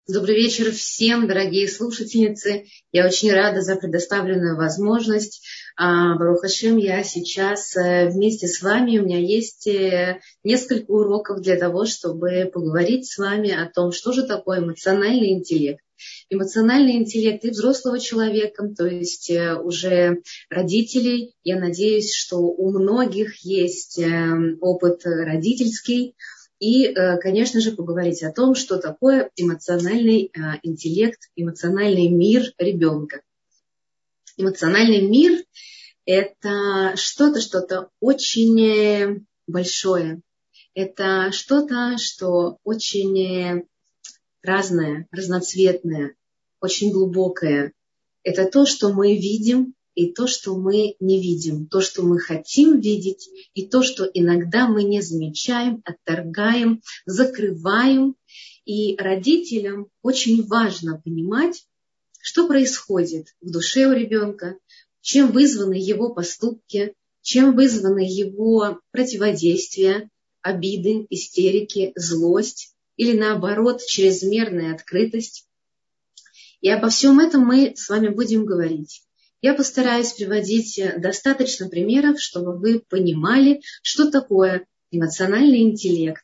Добрый вечер всем, дорогие слушательницы. Я очень рада за предоставленную возможность. Барух Ашем, я сейчас вместе с вами. У меня есть несколько уроков для того, чтобы поговорить с вами о том, что же такое эмоциональный интеллект. Эмоциональный интеллект и взрослого человека, то есть уже родителей. Я надеюсь, что у многих есть опыт родительский. И, конечно же, поговорить о том, что такое эмоциональный интеллект, эмоциональный мир ребенка. Эмоциональный мир – это что-то очень большое. Это что-то, что очень разное, разноцветное, очень глубокое. Это то, что мы видим, и то, что мы не видим, то, что мы хотим видеть, и то, что иногда мы не замечаем, отторгаем, закрываем. И родителям очень важно понимать, что происходит в душе у ребенка, чем вызваны его поступки, чем вызваны его противодействия, обиды, истерики, злость или наоборот чрезмерная открытость. И обо всем этом мы с вами будем говорить. Я постараюсь приводить достаточно примеров, чтобы вы понимали, что такое эмоциональный интеллект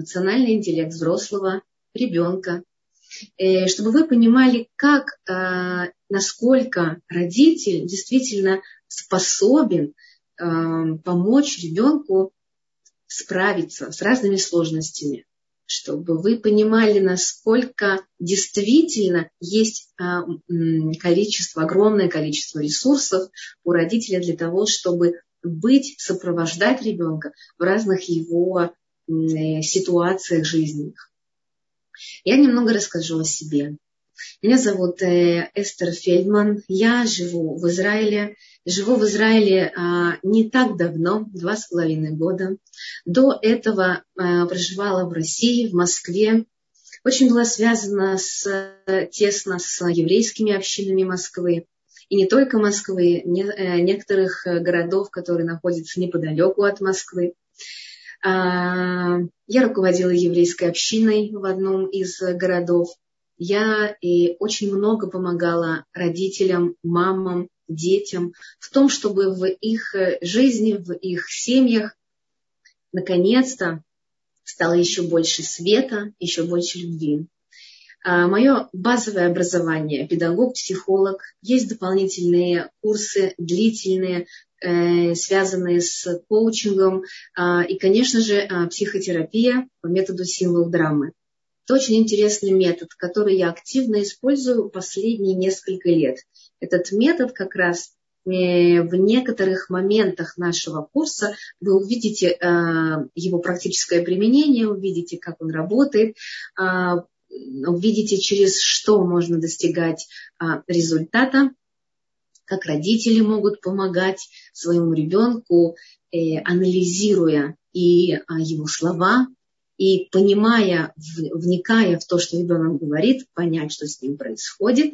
взрослого ребенка. Чтобы вы понимали, как, насколько родитель действительно способен помочь ребенку справиться с разными сложностями. Чтобы вы понимали, насколько действительно есть огромное количество ресурсов у родителя для того, чтобы сопровождать ребенка в разных его ситуациях жизненных. Я немного расскажу о себе. Меня зовут Эстер Фельдман. Я живу в Израиле. Живу в Израиле не так давно, 2,5 года. До этого проживала в России, в Москве. Очень была связана тесно с еврейскими общинами Москвы. И не только Москвы, некоторых городов, которые находятся неподалеку от Москвы. Я руководила еврейской общиной в одном из городов. Я и очень много помогала родителям, мамам, детям в том, чтобы в их жизни, в их семьях наконец-то стало еще больше света, еще больше любви. Мое базовое образование – педагог, психолог. Есть дополнительные курсы, длительные, связанные с коучингом. И, конечно же, психотерапия по методу символ драмы. Это очень интересный метод, который я активно использую последние несколько лет. Этот метод как раз в некоторых моментах нашего курса вы увидите его практическое применение, увидите, как он работает, увидите, через что можно достигать результата, как родители могут помогать своему ребенку, анализируя и его слова, и понимая, вникая в то, что ребенок говорит, понять, что с ним происходит.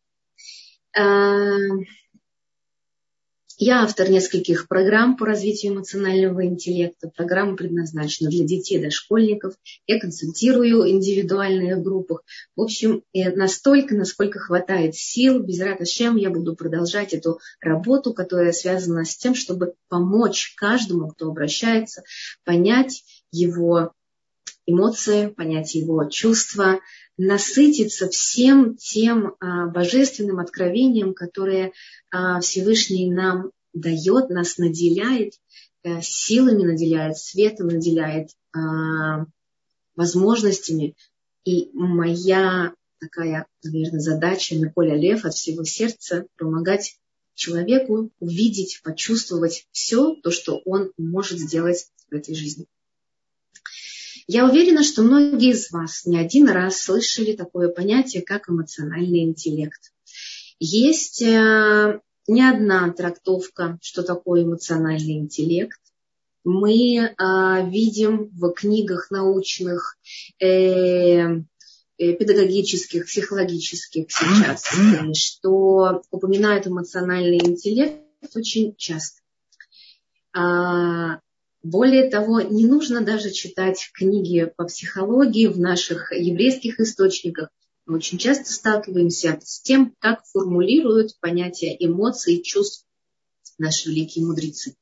Я автор нескольких программ по развитию эмоционального интеллекта. Программа предназначена для детей, дошкольников. Я консультирую индивидуальные в группах. В общем, настолько, насколько хватает сил, Безрат Ашем, я буду продолжать эту работу, которая связана с тем, чтобы помочь каждому, кто обращается, понять его эмоции, понять его чувства, насытиться всем тем божественным откровением, которое Всевышний нам дает, нас наделяет силами, наделяет светом, наделяет возможностями. И моя такая, наверное, задача, Миколь Алеф, от всего сердца помогать человеку увидеть, почувствовать все то, что он может сделать в этой жизни. Я уверена, что многие из вас не один раз слышали такое понятие, как эмоциональный интеллект. Есть не одна трактовка, что такое эмоциональный интеллект. Мы видим в книгах научных, педагогических, психологических сейчас, что упоминают эмоциональный интеллект очень часто. Более того, не нужно даже читать книги по психологии в наших еврейских источниках. Мы очень часто сталкиваемся с тем, как формулируют понятия эмоций и чувств наши великие мудрецы.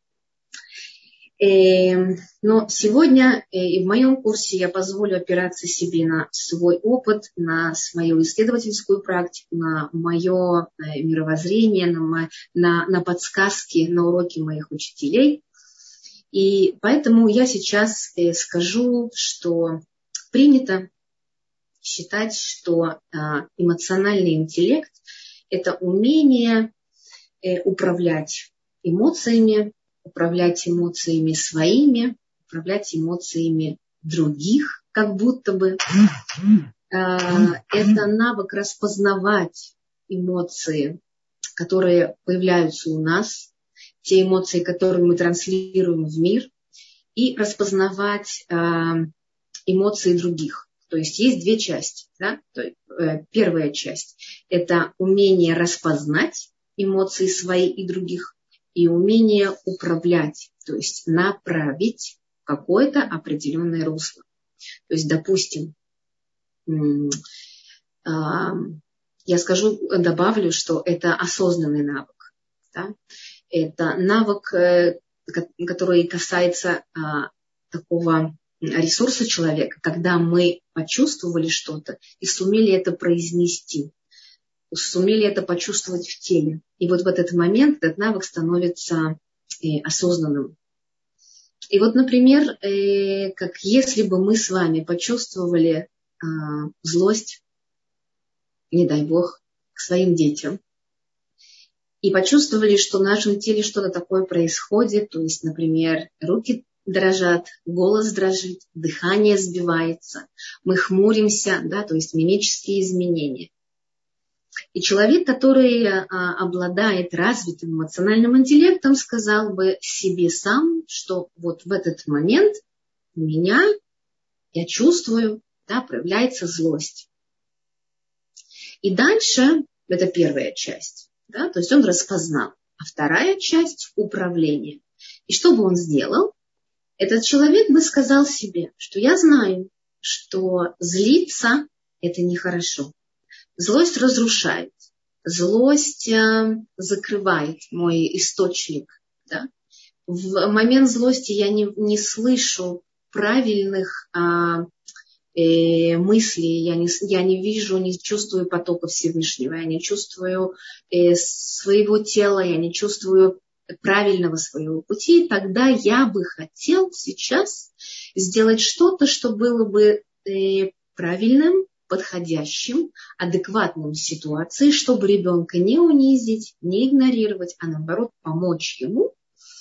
Но сегодня и в моем курсе я позволю опираться себе на свой опыт, на свою исследовательскую практику, на мое мировоззрение, на подсказки, на уроки моих учителей. И поэтому я сейчас скажу, что принято считать, что эмоциональный интеллект – это умение управлять эмоциями своими, управлять эмоциями других, как будто бы. Это навык распознавать эмоции, которые появляются у нас, те эмоции, которые мы транслируем в мир, и распознавать эмоции других. То есть есть две части. Да? Первая часть – это умение распознать эмоции свои и других, и умение управлять, то есть направить в какое-то определенное русло. То есть, допустим, я добавлю, что это осознанный навык. Да? Это навык, который касается такого ресурса человека, когда мы почувствовали что-то и сумели это произнести, сумели это почувствовать в теле. И вот в этот момент этот навык становится осознанным. И вот, например, как если бы мы с вами почувствовали злость, не дай бог, к своим детям, и почувствовали, что в нашем теле что-то такое происходит, то есть, например, руки дрожат, голос дрожит, дыхание сбивается, мы хмуримся, да, то есть мимические изменения. И человек, который обладает развитым эмоциональным интеллектом, сказал бы себе сам, что вот в этот момент у меня, я чувствую, да, проявляется злость. И дальше, это первая часть, да, то есть он распознал. А вторая часть – управление. И что бы он сделал? Этот человек бы сказал себе, что я знаю, что злиться – это нехорошо. Злость разрушает. Злость закрывает мой источник. Да? В момент злости я не слышу правильных мыслей, я не вижу, не чувствую потока Всевышнего, я не чувствую своего тела, я не чувствую правильного своего пути. Тогда я бы хотел сейчас сделать что-то, что было бы правильным, подходящим, адекватным ситуации, чтобы ребенка не унизить, не игнорировать, а наоборот помочь ему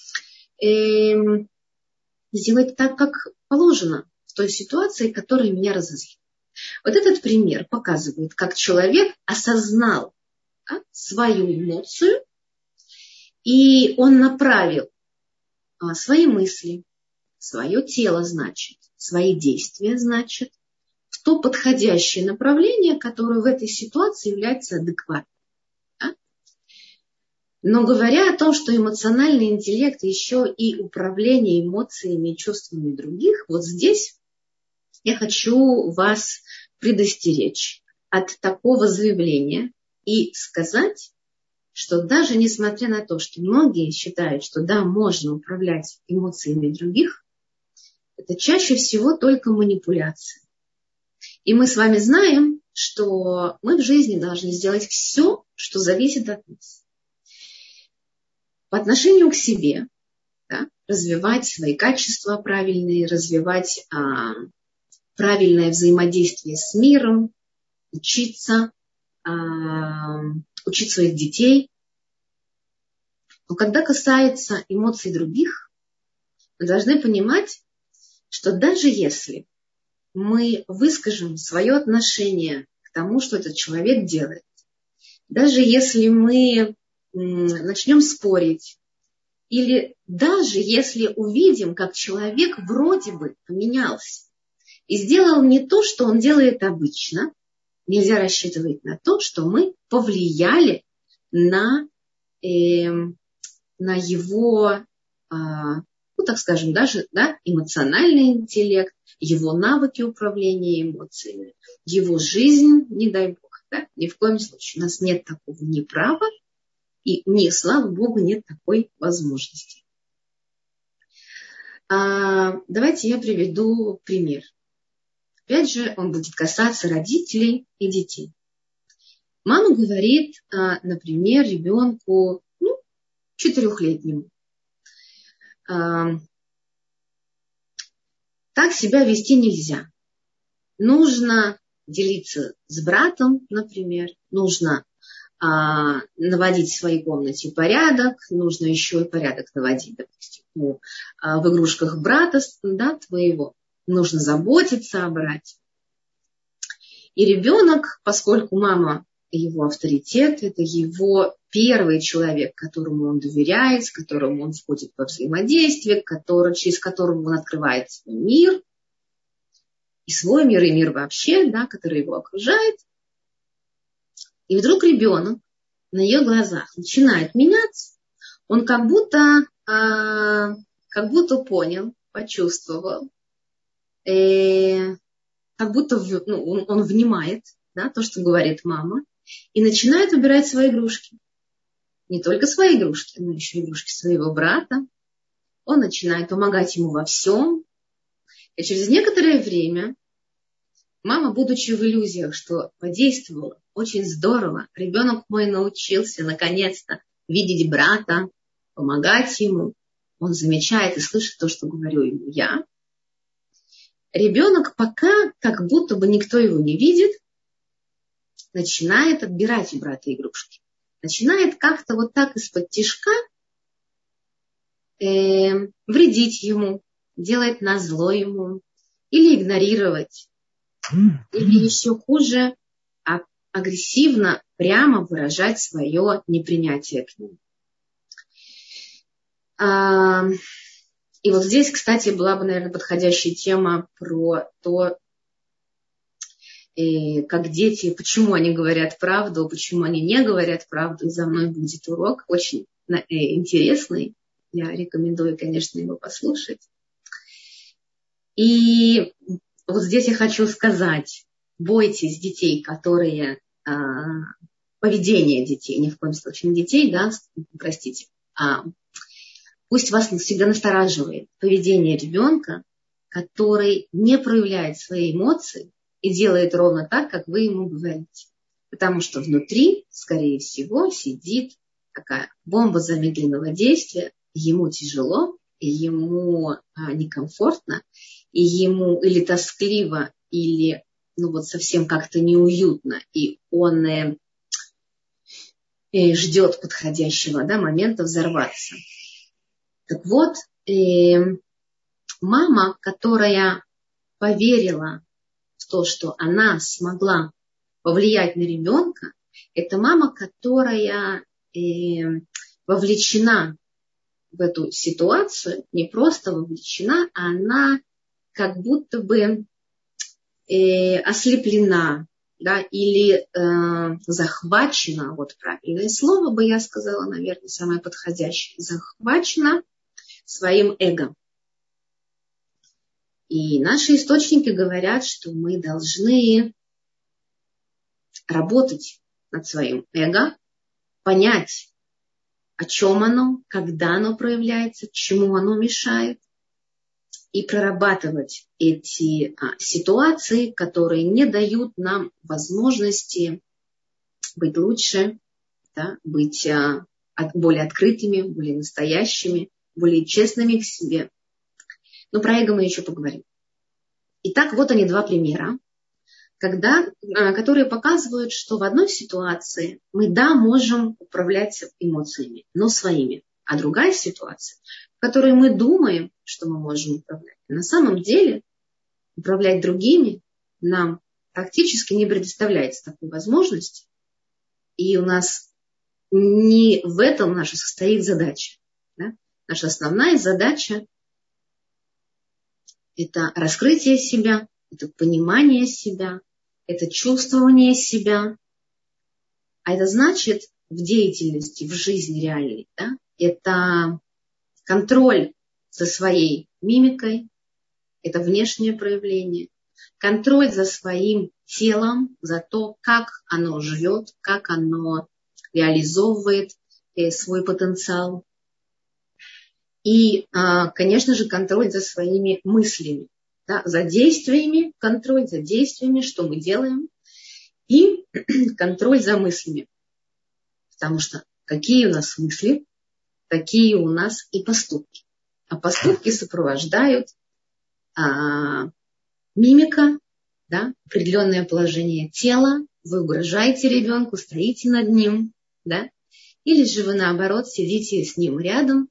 сделать так, как положено в той ситуации, которая меня разозлила. Вот этот пример показывает, как человек осознал свою эмоцию, и он направил свои мысли, свое тело, значит, свои действия, значит, в то подходящее направление, которое в этой ситуации является адекватным. Да? Но говоря о том, что эмоциональный интеллект еще и управление эмоциями и чувствами других, вот здесь я хочу вас предостеречь от такого заявления и сказать, что даже несмотря на то, что многие считают, что да, можно управлять эмоциями других, это чаще всего только манипуляция. И мы с вами знаем, что мы в жизни должны сделать все, что зависит от нас. По отношению к себе, да, развивать свои качества правильные, развивать правильное взаимодействие с миром, учиться, учить своих детей. Но когда касается эмоций других, мы должны понимать, что даже если мы выскажем свое отношение к тому, что этот человек делает, даже если мы начнем спорить, или даже если увидим, как человек вроде бы поменялся и сделал не то, что он делает обычно, нельзя рассчитывать на то, что мы повлияли на его ну, так скажем, даже эмоциональный интеллект, его навыки управления эмоциями, его жизнь, не дай бог, ни в коем случае. У нас нет такого ни права, и, слава богу, нет такой возможности. Давайте я приведу пример. Опять же, он будет касаться родителей и детей. Мама говорит, например, ребенку 4-летнему. Так себя вести нельзя. Нужно делиться с братом, например. Нужно наводить в своей комнате порядок. Нужно еще и порядок наводить, допустим, в игрушках брата, твоего. Нужно заботиться о брате. И ребенок, поскольку мама его авторитет, это его первый человек, которому он доверяет, с которым он входит во взаимодействие, через которого он открывает свой мир, и свой мир, и мир вообще, который его окружает. И вдруг ребенок на ее глазах начинает меняться. Он как будто понял, почувствовал, как будто он внимает, то, что говорит мама, и начинает убирать свои игрушки. Не только свои игрушки, но еще игрушки своего брата. Он начинает помогать ему во всем. И через некоторое время мама, будучи в иллюзиях, что подействовала очень здорово, ребенок мой научился наконец-то видеть брата, помогать ему. Он замечает и слышит то, что говорю ему я. Ребенок, пока как будто бы никто его не видит, начинает отбирать у брата игрушки. Начинает как-то вот так из-под тишка вредить ему, делать назло ему, или игнорировать, или еще хуже, агрессивно прямо выражать свое непринятие к нему. И вот здесь, кстати, была бы, наверное, подходящая тема про то, как дети, почему они говорят правду, почему они не говорят правду. И за мной будет урок очень интересный. Я рекомендую, конечно, его послушать. И вот здесь я хочу сказать, бойтесь детей, которые... поведение детей, ни в коем случае не детей, простите. Пусть вас всегда настораживает поведение ребенка, который не проявляет свои эмоции и делает ровно так, как вы ему говорите. Потому что внутри, скорее всего, сидит такая бомба замедленного действия. Ему тяжело, ему некомфортно, и ему или тоскливо, или совсем как-то неуютно. И он ждет подходящего момента взорваться. Так вот, мама, которая поверила в то, что она смогла повлиять на ребенка, это мама, которая вовлечена в эту ситуацию, не просто вовлечена, а она как будто бы ослеплена, или захвачена, вот правильное слово бы я сказала, наверное, самое подходящее, захвачена своим эго. И наши источники говорят, что мы должны работать над своим эго, понять, о чем оно, когда оно проявляется, чему оно мешает, и прорабатывать эти ситуации, которые не дают нам возможности быть лучше, быть более открытыми, более настоящими, более честными к себе. Но про эго мы еще поговорим. Итак, вот они два примера, которые показывают, что в одной ситуации мы, можем управлять эмоциями, но своими. А другая ситуация, в которой мы думаем, что мы можем управлять. На самом деле управлять другими нам практически не предоставляется такой возможности. И у нас не в этом наша состоит задача. Наша основная задача – это раскрытие себя, это понимание себя, это чувствование себя. А это значит в деятельности, в жизни реальной, это контроль за своей мимикой, это внешнее проявление, контроль за своим телом, за то, как оно живет, как оно реализовывает свой потенциал. И, конечно же, контроль за своими мыслями, да, за действиями, контроль за действиями, что мы делаем, и контроль за мыслями. Потому что какие у нас мысли, такие у нас и поступки. А поступки сопровождают мимика, да, определенное положение тела, вы угрожаете ребенку, стоите над ним, да, или же вы наоборот сидите с ним рядом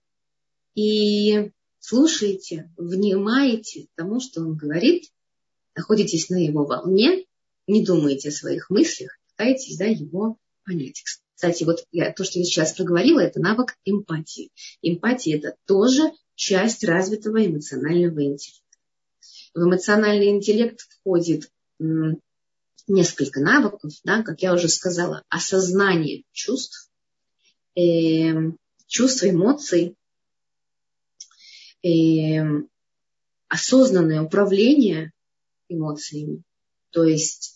и слушаете, внимаете тому, что он говорит, находитесь на его волне, не думаете о своих мыслях, пытаетесь, да, его понять. Кстати, вот то, что я сейчас проговорила, это навык эмпатии. Эмпатия – это тоже часть развитого эмоционального интеллекта. В эмоциональный интеллект входит несколько навыков, да, как я уже сказала, осознание чувств, чувств, эмоций, осознанное управление эмоциями, то есть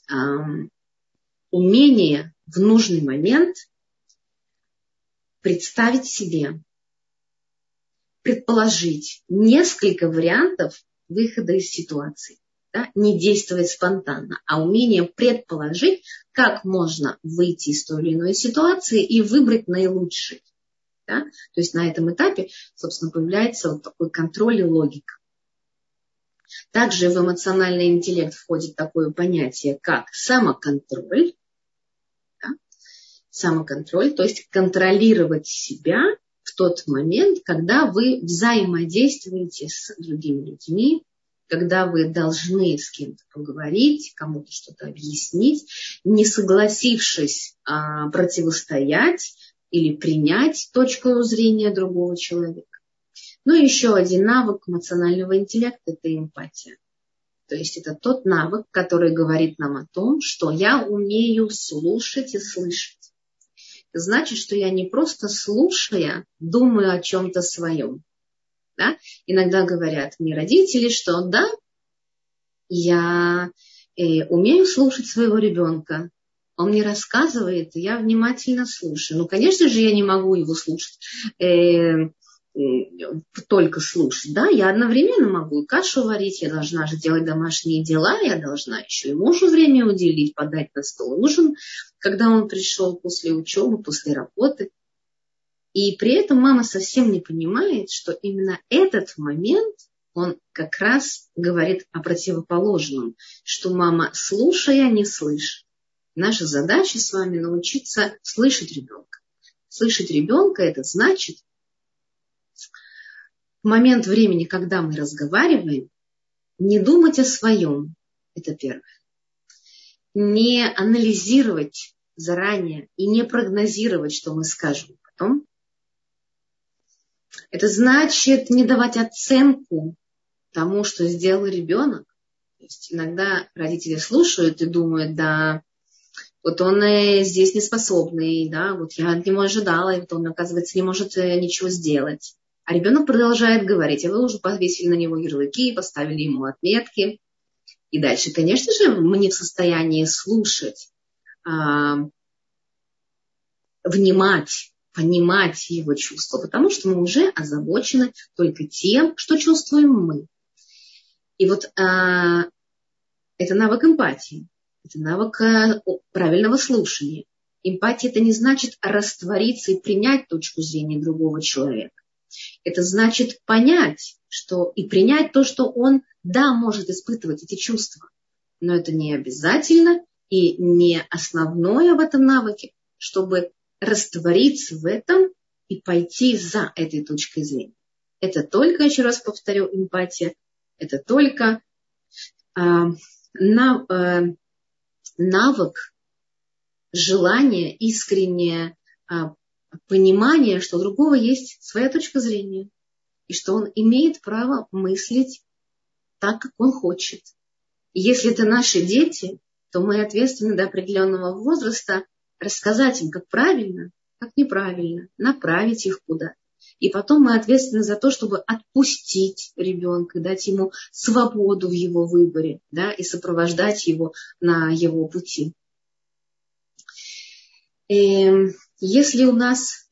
умение в нужный момент представить себе, предположить несколько вариантов выхода из ситуации. Да? Не действовать спонтанно, а умение предположить, как можно выйти из той или иной ситуации и выбрать наилучший. Да? То есть на этом этапе, собственно, появляется вот такой контроль и логика. Также в эмоциональный интеллект входит такое понятие, как самоконтроль. Да? Самоконтроль, то есть контролировать себя в тот момент, когда вы взаимодействуете с другими людьми, когда вы должны с кем-то поговорить, кому-то что-то объяснить, не согласившись противостоять или принять точку зрения другого человека. Ну и еще один навык эмоционального интеллекта – это эмпатия. То есть это тот навык, который говорит нам о том, что я умею слушать и слышать. Это значит, что я не просто слушая, думаю о чем-то своем. Да? Иногда говорят мне родители, что да, я умею слушать своего ребенка. Он мне рассказывает, и я внимательно слушаю. Ну, конечно же, я не могу его слушать, только слушать. Да? Я одновременно могу и кашу варить, я должна же делать домашние дела, я должна еще и мужу время уделить, подать на стол ужин, когда он пришел после учебы, после работы. И при этом мама совсем не понимает, что именно этот момент, он как раз говорит о противоположном, что мама, слушая, не слышит. Наша задача с вами научиться слышать ребенка. Слышать ребенка – это значит, в момент времени, когда мы разговариваем, не думать о своем, это первое. Не анализировать заранее и не прогнозировать, что мы скажем потом. Это значит не давать оценку тому, что сделал ребенок. То есть иногда родители слушают и думают, да, вот он здесь неспособный, да, вот я от него ожидала, и вот он, оказывается, не может ничего сделать. А ребенок продолжает говорить, а вы уже повесили на него ярлыки, поставили ему отметки. И дальше, конечно же, мы не в состоянии слушать, внимать, понимать его чувства, потому что мы уже озабочены только тем, что чувствуем мы. И вот это навык эмпатии, это навык правильного слушания. Эмпатия – это не значит раствориться и принять точку зрения другого человека. Это значит понять, что и принять то, что он, да, может испытывать эти чувства. Но это не обязательно и не основное в этом навыке, чтобы раствориться в этом и пойти за этой точкой зрения. Это только, еще раз повторю, эмпатия. Это только навык, желание, искреннее понимание, что у другого есть своя точка зрения. И что он имеет право мыслить так, как он хочет. И если это наши дети, то мы ответственны до определенного возраста рассказать им, как правильно, как неправильно, направить их куда-то. И потом мы ответственны за то, чтобы отпустить ребенка, дать ему свободу в его выборе, да, и сопровождать его на его пути. Если у нас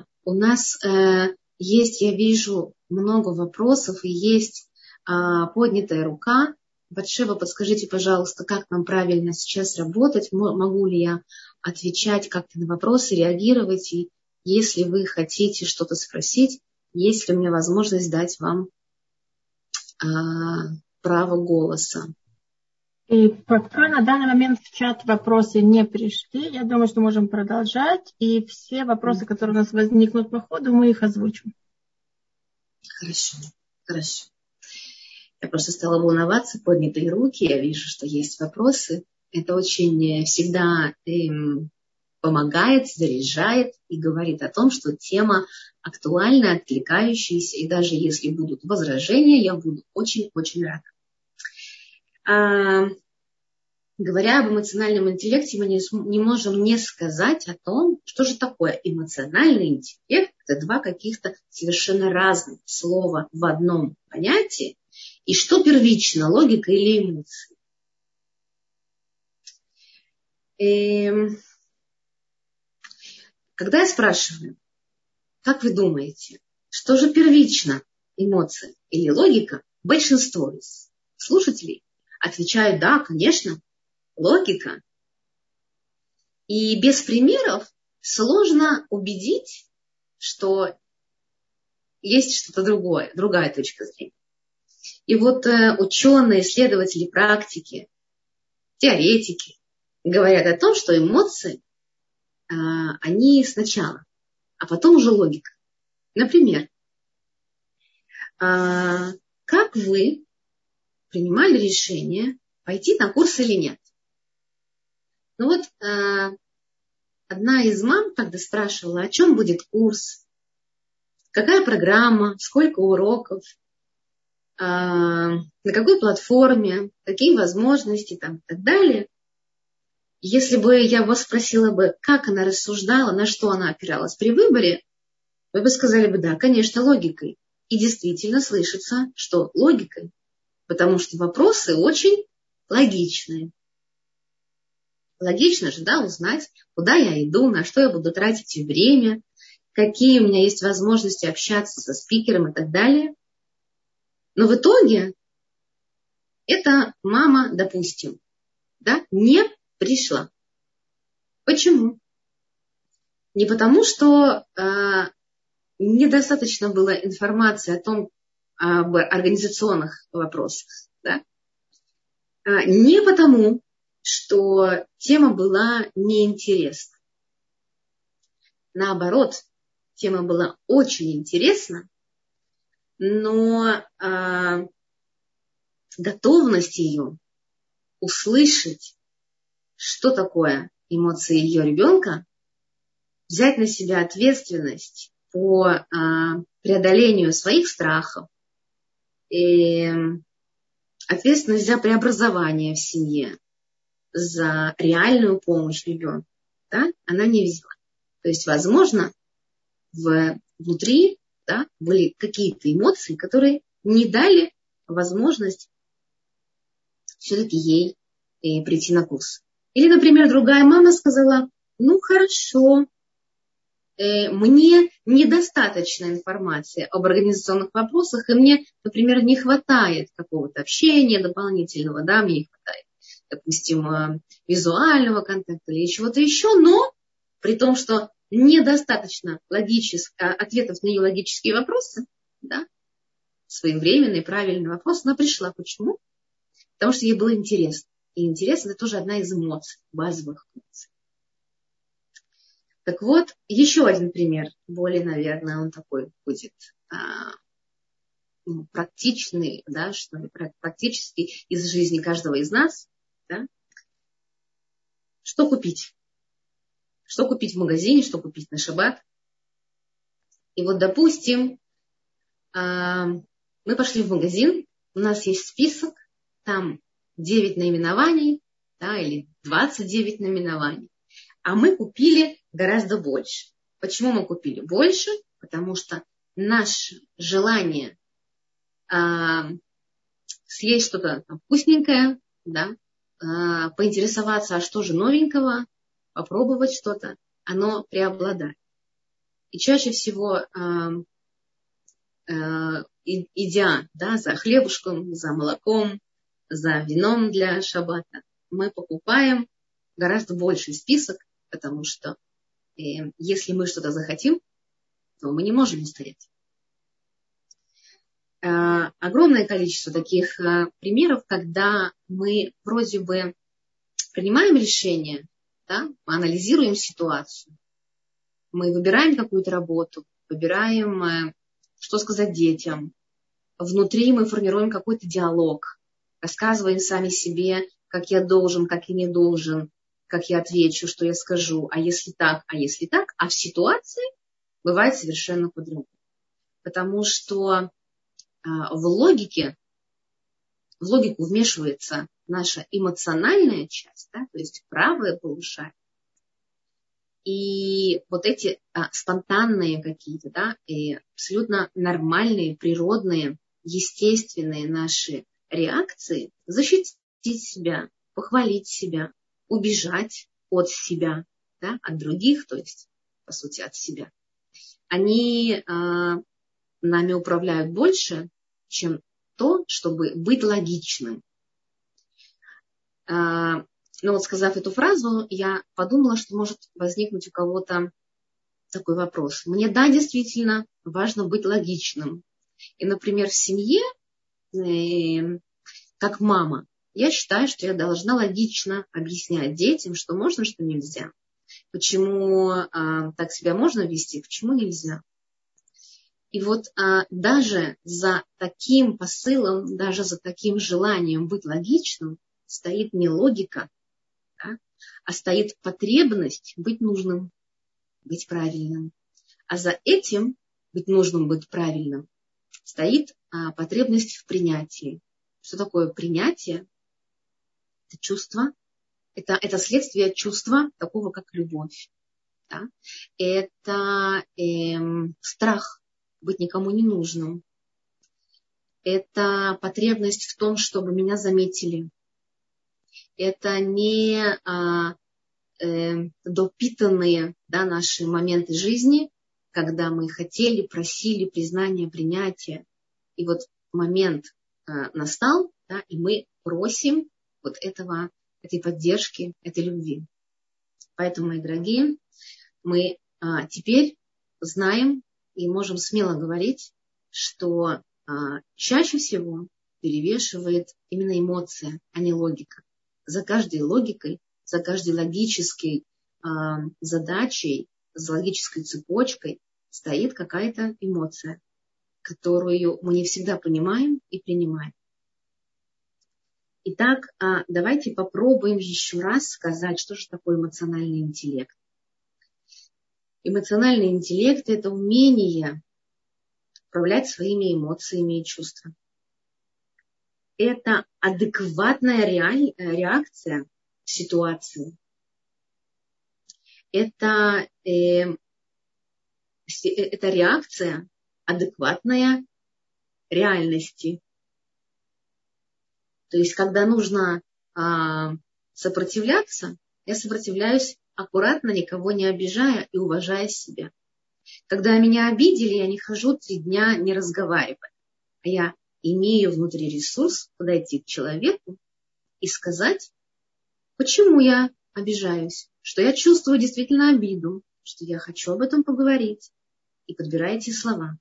есть, я вижу, много вопросов и есть поднятая рука. Батшева, подскажите, пожалуйста, как нам правильно сейчас работать? Могу ли я отвечать как-то на вопросы, реагировать? И если вы хотите что-то спросить, есть ли у меня возможность дать вам право голоса? И пока на данный момент в чат вопросы не пришли, я думаю, что можем продолжать. И все вопросы, которые у нас возникнут по ходу, мы их озвучим. Хорошо. Я просто стала волноваться, поднятые руки, я вижу, что есть вопросы. Это очень всегда помогает, заряжает и говорит о том, что тема актуальна, откликающаяся, и даже если будут возражения, я буду очень-очень рада. Говоря об эмоциональном интеллекте, мы не можем не сказать о том, что же такое эмоциональный интеллект. Это два каких-то совершенно разных слова в одном понятии. И что первично, логика или эмоции? Когда я спрашиваю, как вы думаете, что же первично, эмоция или логика, большинство из слушателей отвечают: да, конечно, логика. И без примеров сложно убедить, что есть что-то другое, другая точка зрения. И вот ученые, исследователи практики, теоретики говорят о том, что эмоции, они сначала, а потом уже логика. Например, как вы принимали решение, пойти на курс или нет? Ну вот одна из мам тогда спрашивала, о чем будет курс, какая программа, сколько уроков, на какой платформе, какие возможности там, и так далее. Если бы я вас спросила бы, как она рассуждала, на что она опиралась при выборе, вы бы сказали бы: да, конечно, логикой. И действительно слышится, что логикой, потому что вопросы очень логичные. Логично же, да, узнать, куда я иду, на что я буду тратить время, какие у меня есть возможности общаться со спикером и так далее. Но в итоге эта мама, допустим, да, не пришла. Почему? Не потому, что недостаточно было информации о том, об организационных вопросах. Да? Не потому, что тема была неинтересна. Наоборот, тема была очень интересна, но готовность ее услышать, что такое эмоции ее ребенка, взять на себя ответственность по преодолению своих страхов, и ответственность за преобразование в семье, за реальную помощь ребенку, да, она не взяла. То есть, возможно, внутри, да, были какие-то эмоции, которые не дали возможность все-таки ей прийти на курс. Или, например, другая мама сказала: ну хорошо, мне недостаточно информации об организационных вопросах, и мне, например, не хватает какого-то общения дополнительного, да, мне не хватает, допустим, визуального контакта или чего-то еще, но при том, что недостаточно ответов на ее логические вопросы, да, своевременный, правильный вопрос, она пришла. Почему? Потому что ей было интересно. И интерес – это тоже одна из эмоций, базовых эмоций. Так вот, еще один пример, более, наверное, он такой будет практичный, да, что ли, практически из жизни каждого из нас. Да? Что купить? Что купить в магазине, что купить на шаббат? И вот, допустим, мы пошли в магазин, у нас есть список, там 9 наименований, да, или 29 наименований. А мы купили гораздо больше. Почему мы купили больше? Потому что наше желание съесть что-то вкусненькое, да, поинтересоваться, а что же новенького, попробовать что-то, оно преобладает. И чаще всего, идя, да, за хлебушком, за молоком, за вином для шаббата, мы покупаем гораздо больший список, потому что если мы что-то захотим, то мы не можем устоять. Огромное количество таких примеров, когда мы вроде бы принимаем решение, да, мы анализируем ситуацию, мы выбираем какую-то работу, выбираем, что сказать детям, внутри мы формируем какой-то диалог, рассказываем сами себе, как я должен, как я не должен, как я отвечу, что я скажу, а если так, а в ситуации бывает совершенно по-другому. Потому что в логику вмешивается наша эмоциональная часть, да, то есть правое полушарие. И вот эти спонтанные какие-то, да, и абсолютно нормальные, природные, естественные наши реакции защитить себя, похвалить себя, убежать от себя, да, от других, то есть, по сути, от себя, они нами управляют больше, чем то, чтобы быть логичным. Но вот сказав эту фразу, я подумала, что может возникнуть у кого-то такой вопрос. Мне, да, действительно важно быть логичным. И, например, в семье, как мама, я считаю, что я должна логично объяснять детям, что можно, что нельзя. Почему так себя можно вести, почему нельзя. И вот даже за таким посылом, даже за таким желанием быть логичным стоит не логика, да, а стоит потребность быть нужным, быть правильным. А за этим быть нужным, быть правильным стоит потребность в принятии. Что такое принятие? Это чувство, это следствие чувства такого, как любовь. Да? Это страх быть никому не нужным. Это потребность в том, чтобы меня заметили. Это не допитанные, да, наши моменты жизни, когда мы хотели, просили признания, принятия. И вот момент настал, да, и мы просим вот этой поддержки, этой любви. Поэтому, мои дорогие, мы теперь знаем и можем смело говорить, что чаще всего перевешивает именно эмоция, а не логика. За каждой логикой, за каждой логической задачей, за логической цепочкой стоит какая-то эмоция, которую мы не всегда понимаем и принимаем. Итак, давайте попробуем еще раз сказать, что же такое эмоциональный интеллект. Эмоциональный интеллект – это умение управлять своими эмоциями и чувствами. Это адекватная реакция в ситуации. Это реакция адекватная реальности. То есть, когда нужно сопротивляться, я сопротивляюсь аккуратно, никого не обижая и уважая себя. Когда меня обидели, я не хожу 3 дня, не разговаривая. А я имею внутри ресурс подойти к человеку и сказать, почему я обижаюсь, что я чувствую действительно обиду, что я хочу об этом поговорить. И подбирайте слова.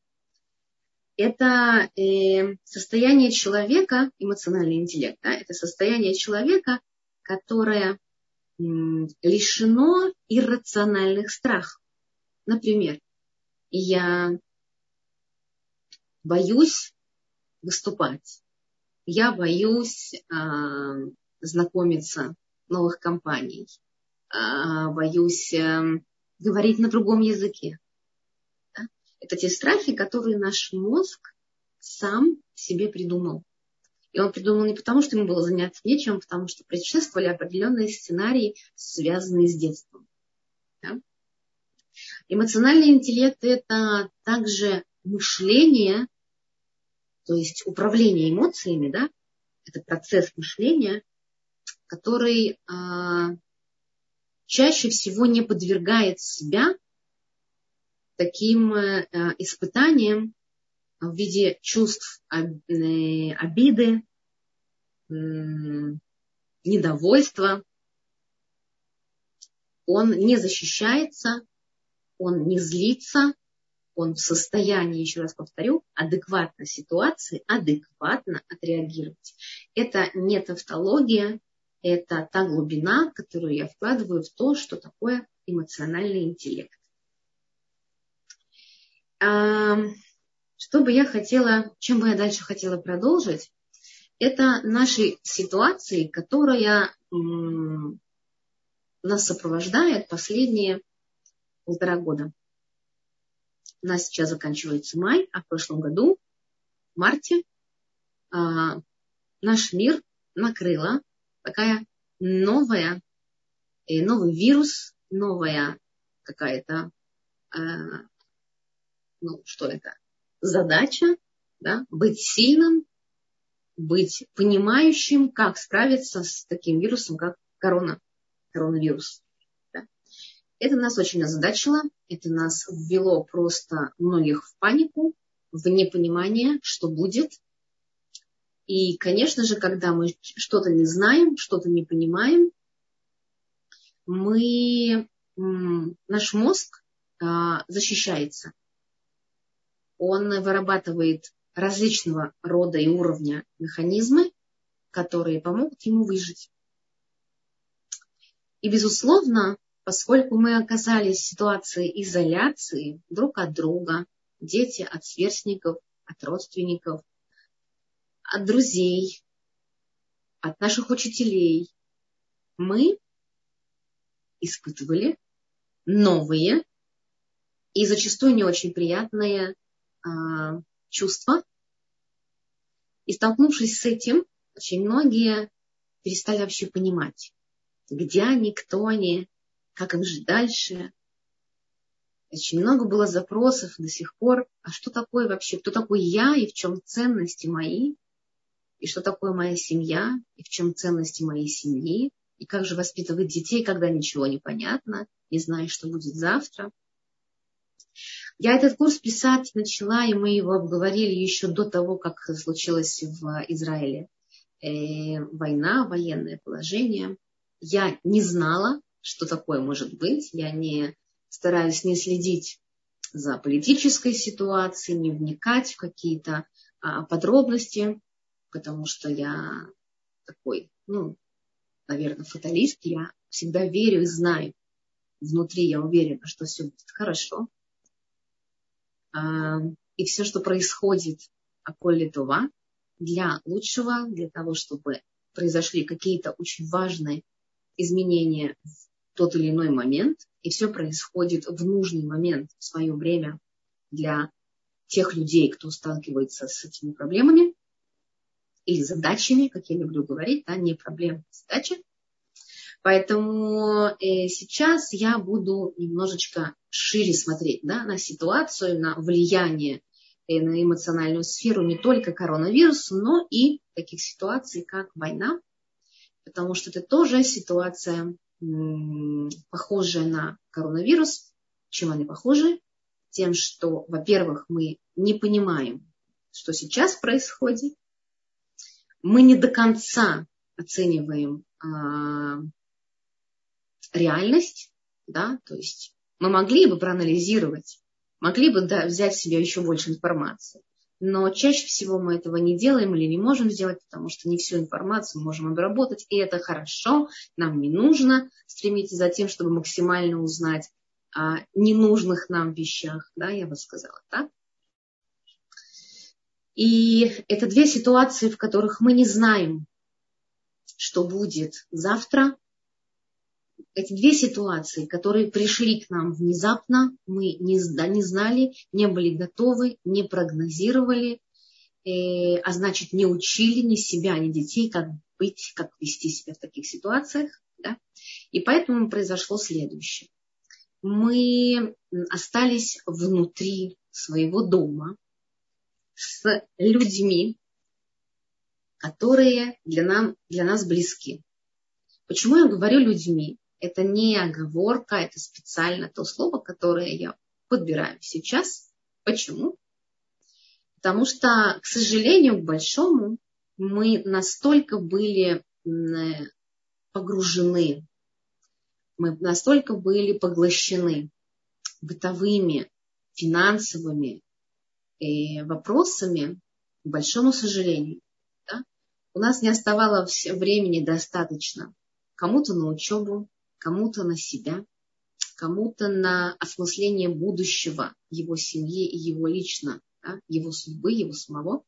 Это состояние человека, эмоциональный интеллект, да, это состояние человека, которое лишено иррациональных страхов. Например, я боюсь выступать, я боюсь знакомиться новых компаний, боюсь говорить на другом языке. Да? Это те страхи, которые наш мозг сам себе придумал. И он придумал не потому, что ему было заняться нечем, а потому что предшествовали определенные сценарии, связанные с детством. Да? Эмоциональный интеллект – это также мышление, то есть управление эмоциями, да, это процесс мышления, который чаще всего не подвергает себя таким испытаниям в виде чувств обиды, недовольства. Он не защищается, он не злится, он в состоянии, еще раз повторю, адекватно ситуации, адекватно отреагировать. Это не тавтология, это та глубина, которую я вкладываю в то, что такое эмоциональный интеллект. Что бы я хотела, чем бы я дальше хотела продолжить, это наши ситуации, которая нас сопровождает последние 1,5 года. У нас сейчас заканчивается май, а в прошлом году, в марте, наш мир накрыла такая новый вирус, новая какая-то, задача, да, быть сильным, быть понимающим, как справиться с таким вирусом, как коронавирус. Да. Это нас очень озадачило, это нас ввело просто многих в панику, в непонимание, что будет. И, конечно же, когда мы что-то не знаем, что-то не понимаем, наш мозг защищается. Он вырабатывает различного рода и уровня механизмы, которые помогут ему выжить. И, безусловно, поскольку мы оказались в ситуации изоляции друг от друга, дети от сверстников, от родственников, от друзей, от наших учителей, мы испытывали новые и зачастую не очень приятные чувства. И столкнувшись с этим, очень многие перестали вообще понимать, где они, кто они, как им жить дальше. Очень много было запросов до сих пор, а что такое вообще, кто такой я и в чем ценности мои, и что такое моя семья, и в чем ценности моей семьи, и как же воспитывать детей, когда ничего не понятно, не знаешь, что будет завтра. Я этот курс писать начала, и мы его обговорили еще до того, как случилась в Израиле война, военное положение. Я не знала, что такое может быть. Я стараюсь не следить за политической ситуацией, не вникать в какие-то подробности, потому что я такой, наверное, фаталист. Я всегда верю и знаю. Внутри я уверена, что все будет хорошо. И все, что происходит, аколь това, для лучшего, для того, чтобы произошли какие-то очень важные изменения в тот или иной момент, и все происходит в нужный момент, в свое время для тех людей, кто сталкивается с этими проблемами или задачами, как я люблю говорить, да, не проблемы, а задачи. Поэтому сейчас я буду немножечко шире смотреть, да, на ситуацию, на влияние на эмоциональную сферу не только коронавируса, но и таких ситуаций, как война, потому что это тоже ситуация, похожая на коронавирус. Чем они похожи? Тем, что, во-первых, мы не понимаем, что сейчас происходит, мы не до конца оцениваем реальность, да, то есть мы могли бы проанализировать, могли бы взять в себя еще больше информации, но чаще всего мы этого не делаем или не можем сделать, потому что не всю информацию можем обработать, и это хорошо, нам не нужно стремиться за тем, чтобы максимально узнать о ненужных нам вещах, да, я бы сказала так. И это две ситуации, в которых мы не знаем, что будет завтра. Эти две ситуации, которые пришли к нам внезапно, мы не знали, не были готовы, не прогнозировали, а значит, не учили ни себя, ни детей, как быть, как вести себя в таких ситуациях. Да? И поэтому произошло следующее. мы остались внутри своего дома с людьми, которые для нас близки. Почему я говорю людьми? Это не оговорка, это специально то слово, которое я подбираю сейчас. Почему? Потому что, к сожалению, к большому, мы настолько были погружены, мы настолько были поглощены бытовыми, финансовыми вопросами, к большому сожалению. Да? У нас не оставалось времени достаточно кому-то на учебу, кому-то на себя, кому-то на осмысление будущего его семьи и его лично, да, его судьбы, его самого.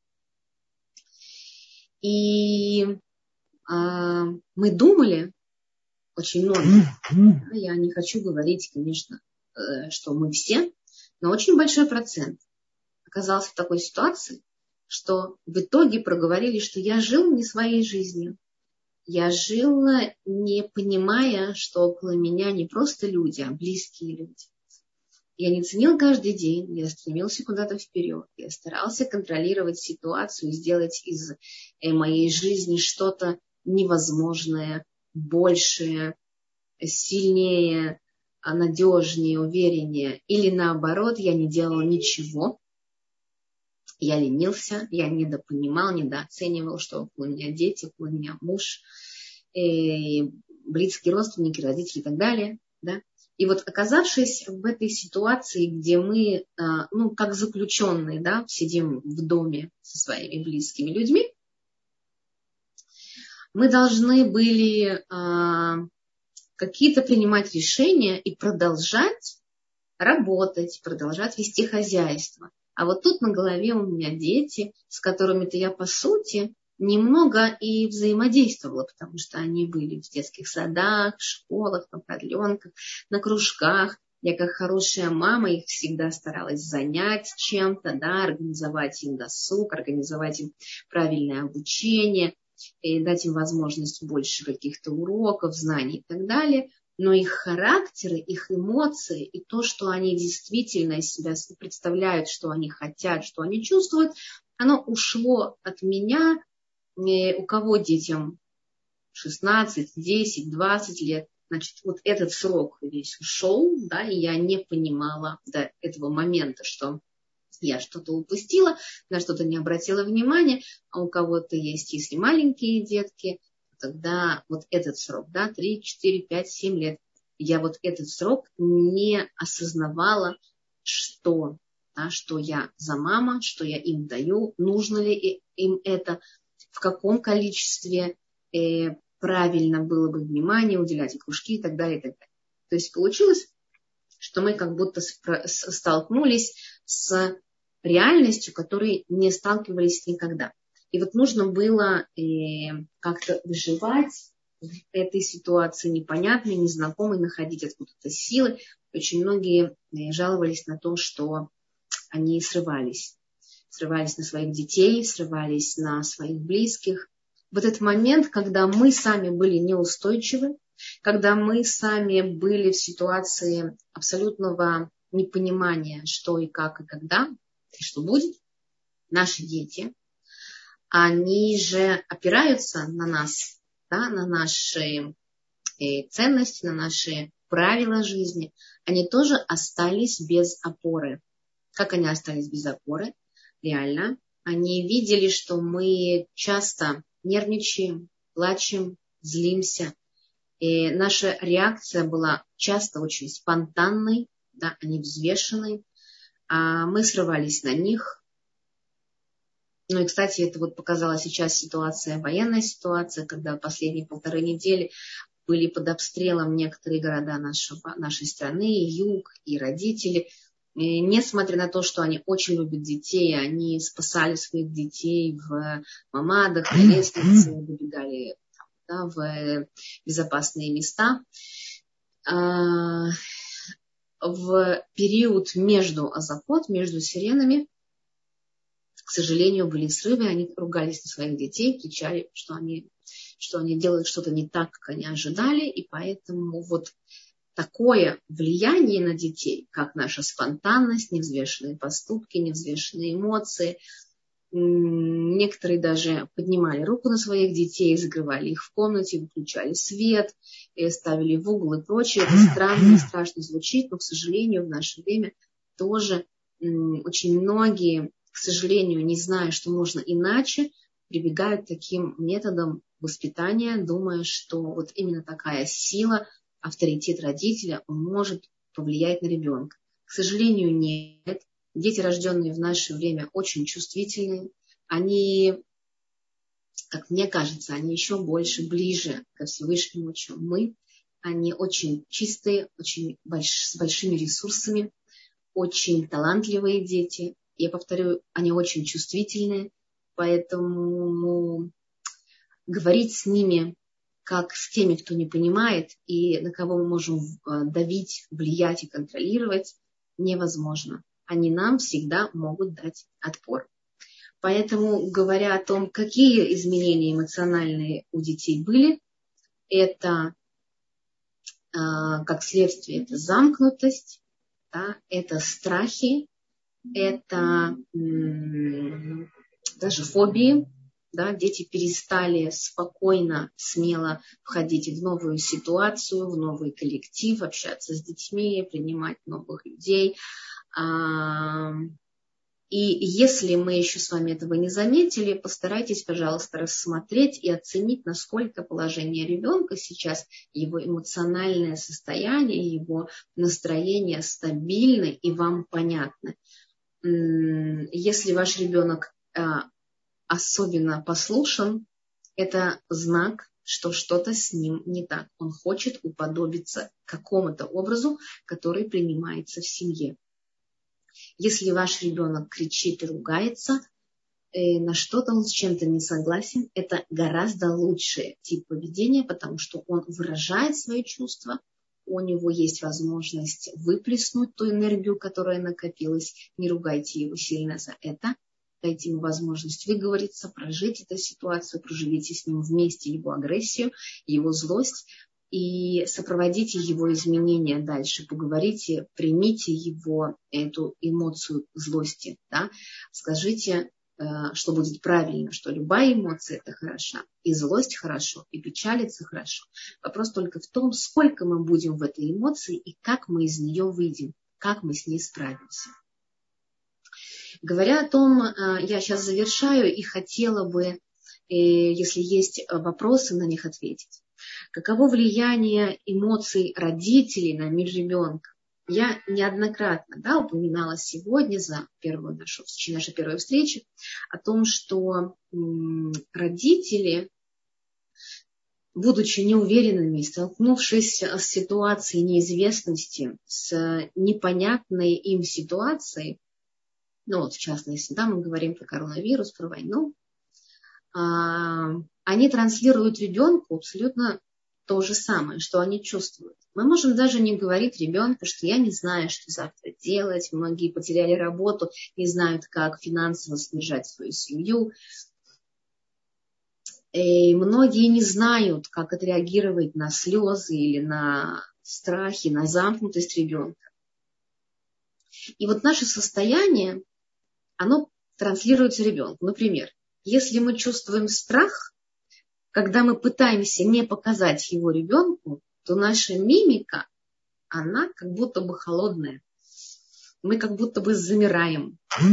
И мы думали, очень многие, я не хочу говорить, конечно, что мы все, но очень большой процент оказался в такой ситуации, что в итоге проговорили, что я жил не своей жизнью. Я жил, не понимая, что около меня не просто люди, а близкие люди. Я не ценил каждый день, я стремился куда-то вперед. Я старался контролировать ситуацию, сделать из моей жизни что-то невозможное, большее, сильнее, надежнее, увереннее. Или наоборот, я не делал ничего. Я ленился, я недопонимал, недооценивал, что около меня дети, около меня муж, близкие родственники, родители и так далее. Да? И вот оказавшись в этой ситуации, где мы, как заключенные, да, сидим в доме со своими близкими людьми, мы должны были какие-то принимать решения и продолжать работать, продолжать вести хозяйство. А вот тут на голове у меня дети, с которыми-то я, по сути, немного и взаимодействовала, потому что они были в детских садах, в школах, на продленках, на кружках. Я, как хорошая мама, их всегда старалась занять чем-то, да, организовать им досуг, организовать им правильное обучение, и дать им возможность больше каких-то уроков, знаний и так далее. Но их характеры, их эмоции и то, что они действительно из себя представляют, что они хотят, что они чувствуют, оно ушло от меня. У кого детям 16, 10, 20 лет, значит, вот этот срок весь ушел, да, и я не понимала до этого момента, что я что-то упустила, на что-то не обратила внимания, а у кого-то есть, если маленькие детки, тогда вот этот срок, да, 3, 4, 5, 7 лет, я вот этот срок не осознавала, что я за мама, что я им даю, нужно ли им это, в каком количестве правильно было бы внимание уделять, и кружки и так далее, и так далее. То есть получилось, что мы как будто столкнулись с реальностью, которой не сталкивались никогда. И вот нужно было как-то выживать в этой ситуации непонятной, незнакомой, находить откуда-то силы. Очень многие жаловались на то, что они срывались. Срывались на своих детей, срывались на своих близких. В этот момент, когда мы сами были неустойчивы, когда мы сами были в ситуации абсолютного непонимания, что и как и когда, и что будет, наши дети, они же опираются на нас, да, на наши ценности, на наши правила жизни. Они тоже остались без опоры. Как они остались без опоры? Реально. Они видели, что мы часто нервничаем, плачем, злимся. И наша реакция была часто очень спонтанной, да, они взвешенной. А мы срывались на них. Ну и, кстати, это вот показала сейчас ситуация, военная ситуация, когда последние 1,5 недели были под обстрелом некоторые города нашей страны, и юг, и родители. И несмотря на то, что они очень любят детей, они спасали своих детей в мамадах, на лестнице, выбегали в безопасные места. В период между азапот, между сиренами, к сожалению, были срывы, они ругались на своих детей, кричали, что они делают что-то не так, как они ожидали, и поэтому вот такое влияние на детей, как наша спонтанность, невзвешенные поступки, невзвешенные эмоции. Некоторые даже поднимали руку на своих детей, закрывали их в комнате, выключали свет, ставили в угол и прочее. Это странно и страшно звучит, но, к сожалению, в наше время тоже очень многие, к сожалению, не зная, что можно иначе, прибегают к таким методам воспитания, думая, что вот именно такая сила, авторитет родителя, он может повлиять на ребенка. К сожалению, нет. Дети, рожденные в наше время, очень чувствительные. Они, как мне кажется, они еще больше, ближе ко Всевышнему, чем мы. Они очень чистые, очень с большими ресурсами, очень талантливые дети. Я повторю, они очень чувствительные, поэтому говорить с ними, как с теми, кто не понимает, и на кого мы можем давить, влиять и контролировать, невозможно. Они нам всегда могут дать отпор. Поэтому, говоря о том, какие изменения эмоциональные у детей были, это, как следствие, это замкнутость, да, это страхи, это даже фобии. Да, дети перестали спокойно, смело входить в новую ситуацию, в новый коллектив, общаться с детьми, принимать новых людей. И если мы еще с вами этого не заметили, постарайтесь, пожалуйста, рассмотреть и оценить, насколько положение ребенка сейчас, его эмоциональное состояние, его настроение стабильны и вам понятны. Если ваш ребенок особенно послушен, это знак, что что-то с ним не так. Он хочет уподобиться какому-то образу, который принимается в семье. Если ваш ребенок кричит и ругается, на что-то он с чем-то не согласен, это гораздо лучший тип поведения, потому что он выражает свои чувства, у него есть возможность выплеснуть ту энергию, которая накопилась. Не ругайте его сильно за это. Дайте ему возможность выговориться, прожить эту ситуацию, проживите с ним вместе его агрессию, его злость и сопроводите его изменения дальше. Поговорите, примите его, эту эмоцию злости. Да? Скажите, что будет правильно, что любая эмоция – это хороша, и злость хорошо, и печалиться хорошо. Вопрос только в том, сколько мы будем в этой эмоции и как мы из нее выйдем, как мы с ней справимся. Говоря о том, я сейчас завершаю и хотела бы, если есть вопросы, на них ответить. Каково влияние эмоций родителей на мир ребенка? Я неоднократно упоминала сегодня за нашу первую встречу о том, что родители, будучи неуверенными, столкнувшись с ситуацией неизвестности, с непонятной им ситуацией, в частности, мы говорим про коронавирус, про войну, они транслируют ребенку абсолютно то же самое, что они чувствуют. Мы можем даже не говорить ребенку, что я не знаю, что завтра делать. Многие потеряли работу, не знают, как финансово содержать свою семью. И многие не знают, как отреагировать на слезы или на страхи, на замкнутость ребенка. И наше состояние, оно транслируется ребенку. Например, если мы чувствуем страх, когда мы пытаемся не показать его ребенку, то наша мимика, она как будто бы холодная. Мы как будто бы замираем.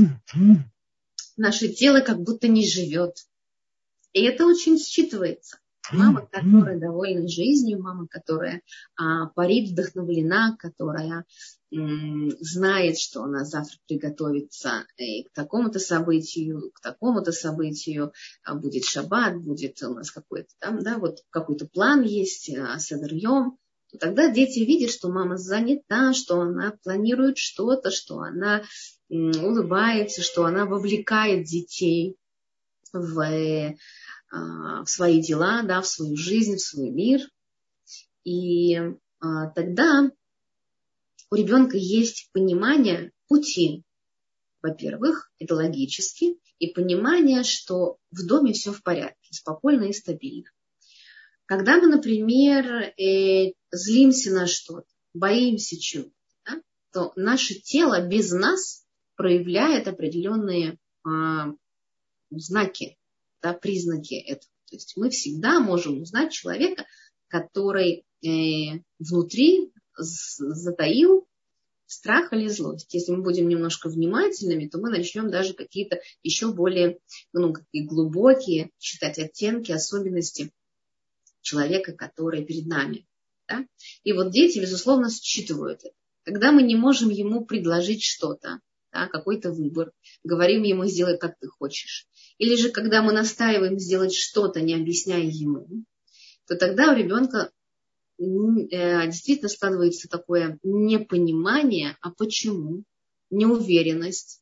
Наше тело как будто не живет. И это очень считывается. Мама, которая довольна жизнью, мама, которая парит, вдохновлена, которая знает, что она завтра приготовится к такому-то событию, будет шаббат, будет у нас какой-то какой-то план есть, седер-йом. Тогда дети видят, что мама занята, что она планирует что-то, что она улыбается, что она вовлекает детей в свои дела, в свою жизнь, в свой мир. И тогда у ребенка есть понимание пути. Во-первых, это логически, и понимание, что в доме все в порядке, спокойно и стабильно. Когда мы, например, злимся на что-то, боимся чего-то, да, то наше тело без нас проявляет определенные знаки, да, признаки этого. То есть мы всегда можем узнать человека, который внутри затаил страх или злость. Если мы будем немножко внимательными, то мы начнем даже какие-то еще более глубокие читать оттенки, особенности человека, который перед нами. Да? И вот дети, безусловно, считывают это. Когда мы не можем ему предложить что-то, да, какой-то выбор, говорим ему: сделай, как ты хочешь. Или же, когда мы настаиваем сделать что-то, не объясняя ему, то тогда у ребенка действительно складывается такое непонимание, а почему, неуверенность,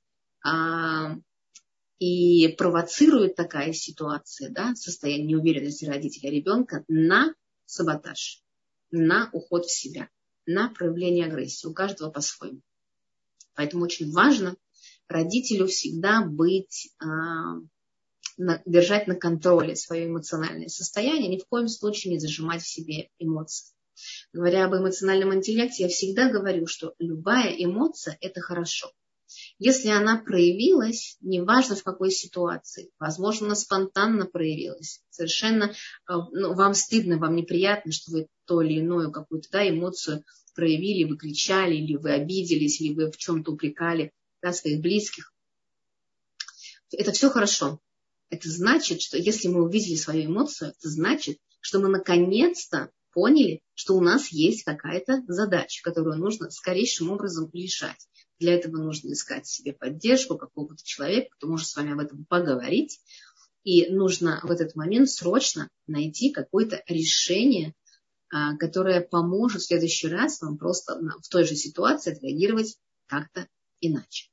и провоцирует такая ситуация, да, состояние неуверенности родителя ребенка на саботаж, на уход в себя, на проявление агрессии. У каждого по-своему. Поэтому очень важно родителю всегда держать на контроле свое эмоциональное состояние, ни в коем случае не зажимать в себе эмоции. Говоря об эмоциональном интеллекте, я всегда говорю, что любая эмоция – это хорошо. Если она проявилась, неважно в какой ситуации, возможно, она спонтанно проявилась, совершенно вам стыдно, вам неприятно, что вы то или иную какую-то эмоцию проявили, вы кричали, или вы обиделись, или вы в чем-то упрекали своих близких. Это все хорошо. Это значит, что если мы увидели свою эмоцию, это значит, что мы наконец-то поняли, что у нас есть какая-то задача, которую нужно скорейшим образом решать. Для этого нужно искать себе поддержку какого-то человека, кто может с вами об этом поговорить. И нужно в этот момент срочно найти какое-то решение, которое поможет в следующий раз вам просто в той же ситуации отреагировать как-то иначе.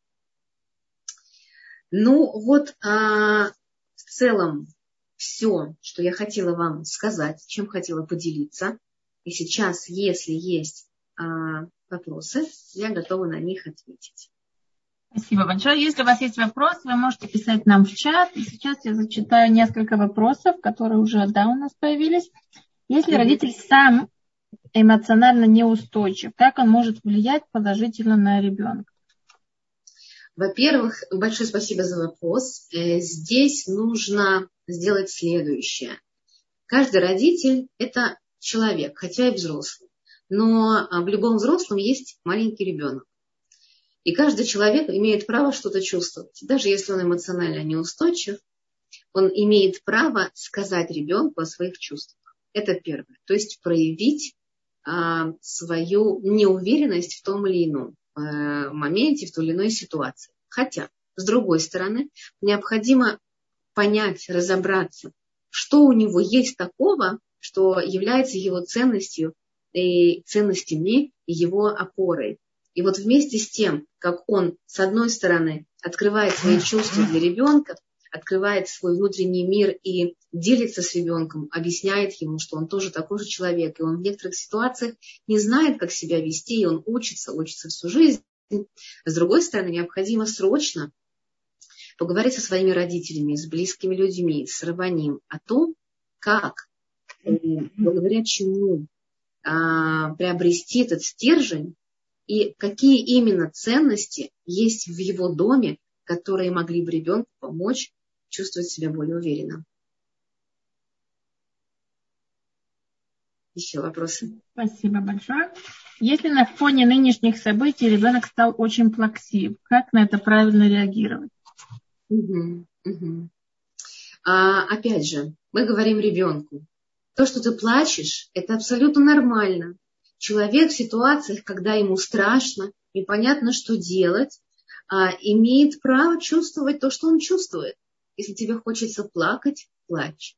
Ну вот, в целом все, что я хотела вам сказать, чем хотела поделиться. И сейчас, если есть вопросы, я готова на них ответить. Спасибо большое. Если у вас есть вопросы, вы можете писать нам в чат. И сейчас я зачитаю несколько вопросов, которые уже у нас появились. Если родитель сам эмоционально неустойчив, как он может влиять положительно на ребенка? Во-первых, большое спасибо за вопрос. Здесь нужно сделать следующее. Каждый родитель – это человек, хотя и взрослый. Но в любом взрослом есть маленький ребенок. И каждый человек имеет право что-то чувствовать. Даже если он эмоционально неустойчив, он имеет право сказать ребенку о своих чувствах. Это первое. То есть проявить свою неуверенность в том или ином моменте, в той или иной ситуации. Хотя, с другой стороны, необходимо понять, разобраться, что у него есть такого, что является его ценностью и ценностями и его опорой. И вот вместе с тем, как он, с одной стороны, открывает свои чувства для ребенка, открывает свой внутренний мир и делится с ребенком, объясняет ему, что он тоже такой же человек, и он в некоторых ситуациях не знает, как себя вести, и он учится всю жизнь. С другой стороны, необходимо срочно поговорить со своими родителями, с близкими людьми, с равваним о том, как, благодаря чему приобрести этот стержень и какие именно ценности есть в его доме, которые могли бы ребенку помочь чувствовать себя более уверенно. Еще вопросы? Спасибо большое. Если на фоне нынешних событий ребенок стал очень плаксив, как на это правильно реагировать? Опять же, мы говорим ребенку, то, что ты плачешь, это абсолютно нормально. Человек в ситуациях, когда ему страшно, непонятно, что делать, имеет право чувствовать то, что он чувствует. Если тебе хочется плакать, плачь.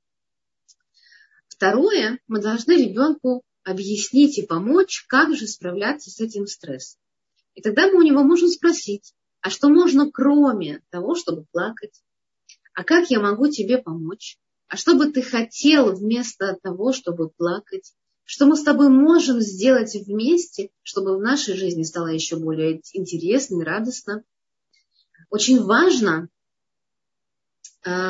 Второе, мы должны ребенку объяснить и помочь, как же справляться с этим стрессом. И тогда мы у него можем спросить, а что можно кроме того, чтобы плакать? А как я могу тебе помочь? А что бы ты хотел вместо того, чтобы плакать? Что мы с тобой можем сделать вместе, чтобы в нашей жизни стало еще более интересно и радостно? Очень важно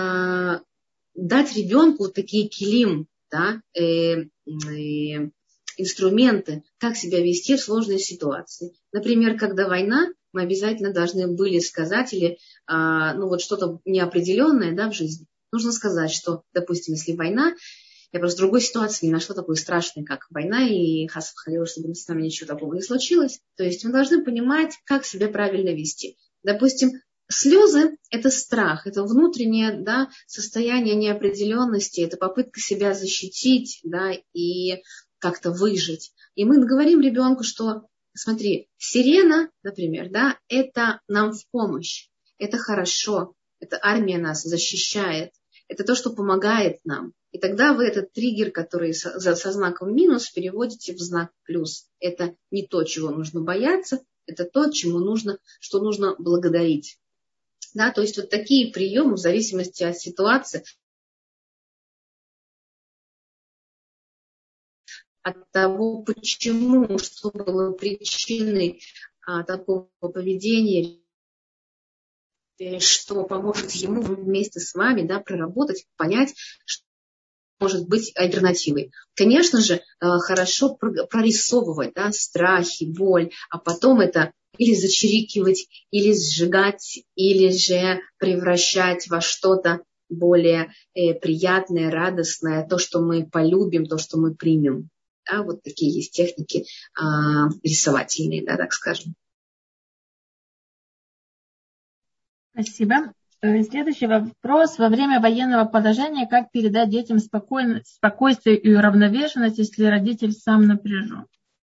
дать ребенку такие килим, да, инструменты, как себя вести в сложной ситуации. Например, когда война, мы обязательно должны были сказать, или что-то неопределенное, да, в жизни. Нужно сказать, что, допустим, если война, я просто в другой ситуации не нашла такой страшной, как война, и хас вахалила, чтобы с нами ничего такого не случилось. То есть мы должны понимать, как себя правильно вести. Допустим, слезы – это страх, это внутреннее, да, состояние неопределенности, это попытка себя защитить, да, и как-то выжить. И мы говорим ребенку, что, смотри, сирена, например, да, это нам в помощь, это хорошо, это армия нас защищает, это то, что помогает нам. И тогда вы этот триггер, который со знаком минус, переводите в знак плюс. Это не то, чего нужно бояться, это то, что нужно благодарить. Да, то есть вот такие приемы в зависимости от ситуации, от того, почему, что было причиной такого поведения, что поможет ему вместе с вами, да, проработать, понять, что может быть альтернативой. Конечно же, хорошо прорисовывать, да, страхи, боль, а потом это или зачирикивать, или сжигать, или же превращать во что-то более приятное, радостное, то, что мы полюбим, то, что мы примем. Да, вот такие есть техники рисовательные, да, так скажем. Спасибо. Следующий вопрос. Во время военного положения как передать детям спокойствие и уравновешенность, если родитель сам напряжен?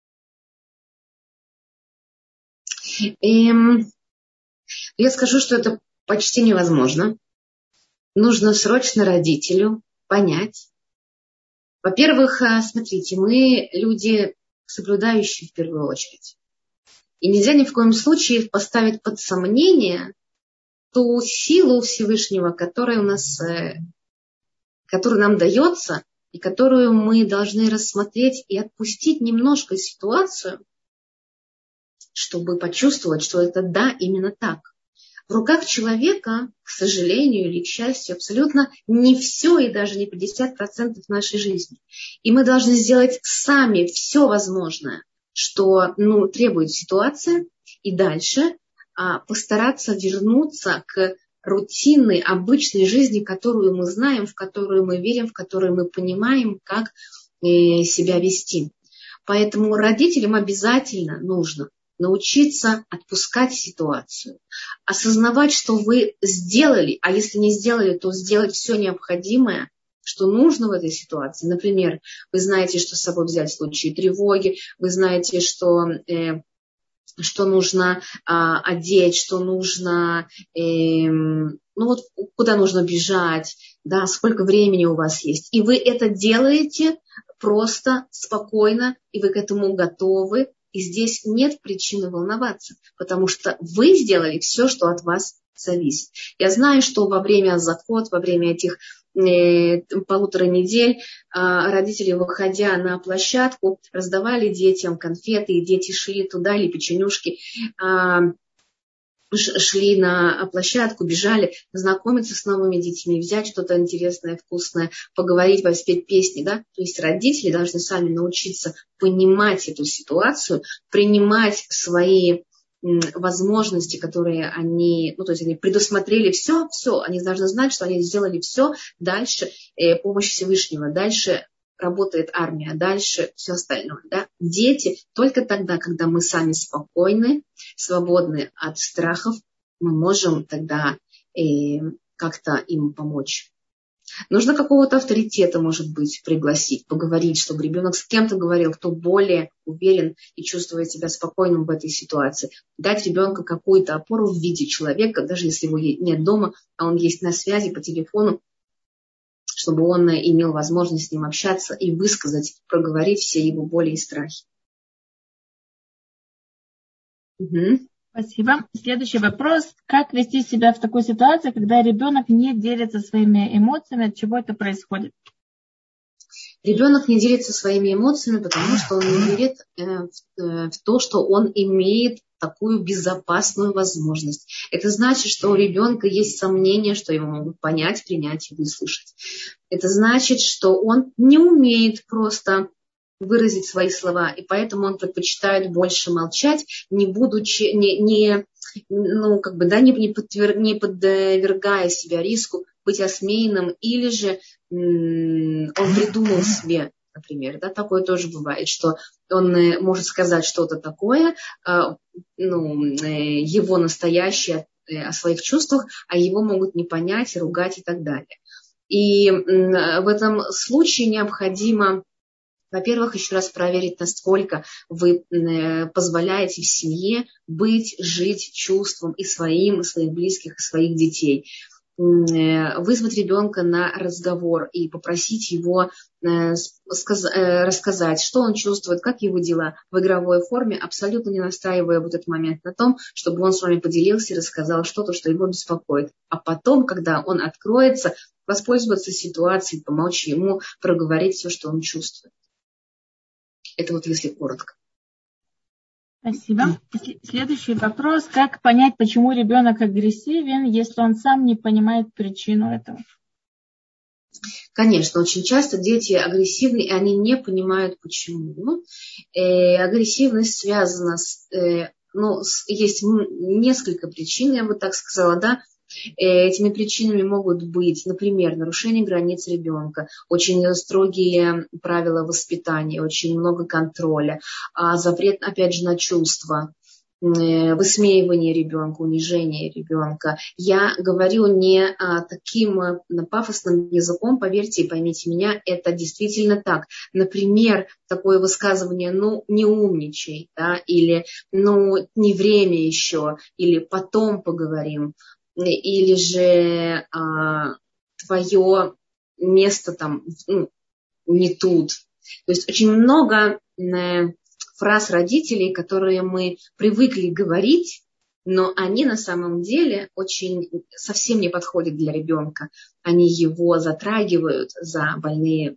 Я скажу, что это почти невозможно. Нужно срочно родителю понять. Во-первых, смотрите, мы люди, соблюдающие в первую очередь. И нельзя ни в коем случае поставить под сомнение ту силу Всевышнего, которая нам дается, и которую мы должны рассмотреть и отпустить немножко ситуацию, чтобы почувствовать, что это да, именно так. В руках человека, к сожалению или к счастью, абсолютно не все и даже не 50% нашей жизни. И мы должны сделать сами все возможное, что требует ситуация, и дальше постараться вернуться к рутинной, обычной жизни, которую мы знаем, в которую мы верим, в которую мы понимаем, как себя вести. Поэтому родителям обязательно нужно научиться отпускать ситуацию, осознавать, что вы сделали, а если не сделали, то сделать все необходимое, что нужно в этой ситуации. Например, вы знаете, что с собой взять в случае тревоги, вы знаете, что нужно одеть, что нужно, куда нужно бежать, да, сколько времени у вас есть. И вы это делаете просто, спокойно, и вы к этому готовы. И здесь нет причины волноваться, потому что вы сделали все, что от вас зависит. Я знаю, что во время закот, во время этих 1,5 недели родители, выходя на площадку, раздавали детям конфеты, и дети шли туда, или печенюшки, шли на площадку, бежали знакомиться с новыми детьми, взять что-то интересное, вкусное, поговорить, воспеть песни. Да? То есть родители должны сами научиться понимать эту ситуацию, принимать свои возможности, которые они предусмотрели все, они должны знать, что они сделали все, дальше помощь Всевышнего, дальше работает армия, дальше все остальное. Да? Дети только тогда, когда мы сами спокойны, свободны от страхов, мы можем тогда как-то им помочь. Нужно какого-то авторитета, может быть, пригласить, поговорить, чтобы ребенок с кем-то говорил, кто более уверен и чувствует себя спокойным в этой ситуации. Дать ребенку какую-то опору в виде человека, даже если его нет дома, а он есть на связи по телефону, чтобы он имел возможность с ним общаться и высказать, проговорить все его боли и страхи. Угу. Спасибо. Следующий вопрос. Как вести себя в такой ситуации, когда ребенок не делится своими эмоциями, от чего это происходит? Ребенок не делится своими эмоциями, потому что он не верит в то, что он имеет такую безопасную возможность. Это значит, что у ребенка есть сомнения, что его могут понять, принять и выслушать. Это значит, что он не умеет просто выразить свои слова, и поэтому он предпочитает больше молчать, не будучи, не подвергая себя риску быть осмеянным, или же он придумал себе, например, да, такое тоже бывает, что он может сказать что-то такое, его настоящее о своих чувствах, а его могут не понять, ругать и так далее. И в этом случае необходимо, во-первых, еще раз проверить, насколько вы позволяете в семье быть, жить чувством и своим, и своих близких, и своих детей. Вызвать ребенка на разговор и попросить его рассказать, что он чувствует, как его дела в игровой форме, абсолютно не настаивая в этот момент на том, чтобы он с вами поделился и рассказал что-то, что его беспокоит. А потом, когда он откроется, воспользоваться ситуацией, помочь ему проговорить все, что он чувствует. Это вот если коротко. Спасибо. Следующий вопрос. Как понять, почему ребенок агрессивен, если он сам не понимает причину этого? Конечно, очень часто дети агрессивны, и они не понимают, почему. Агрессивность связана с... есть несколько причин, я бы так сказала, да. Этими причинами могут быть, например, нарушение границ ребенка, очень строгие правила воспитания, очень много контроля, запрет, опять же, на чувства, высмеивание ребенка, унижение ребенка. Я говорю не таким пафосным языком, поверьте и поймите меня, это действительно так. Например, такое высказывание, не умничай, да, или не время еще, или потом поговорим. Или же твое место там не тут. То есть очень много фраз родителей, которые мы привыкли говорить, но они на самом деле совсем не подходят для ребенка. Они его затрагивают за больные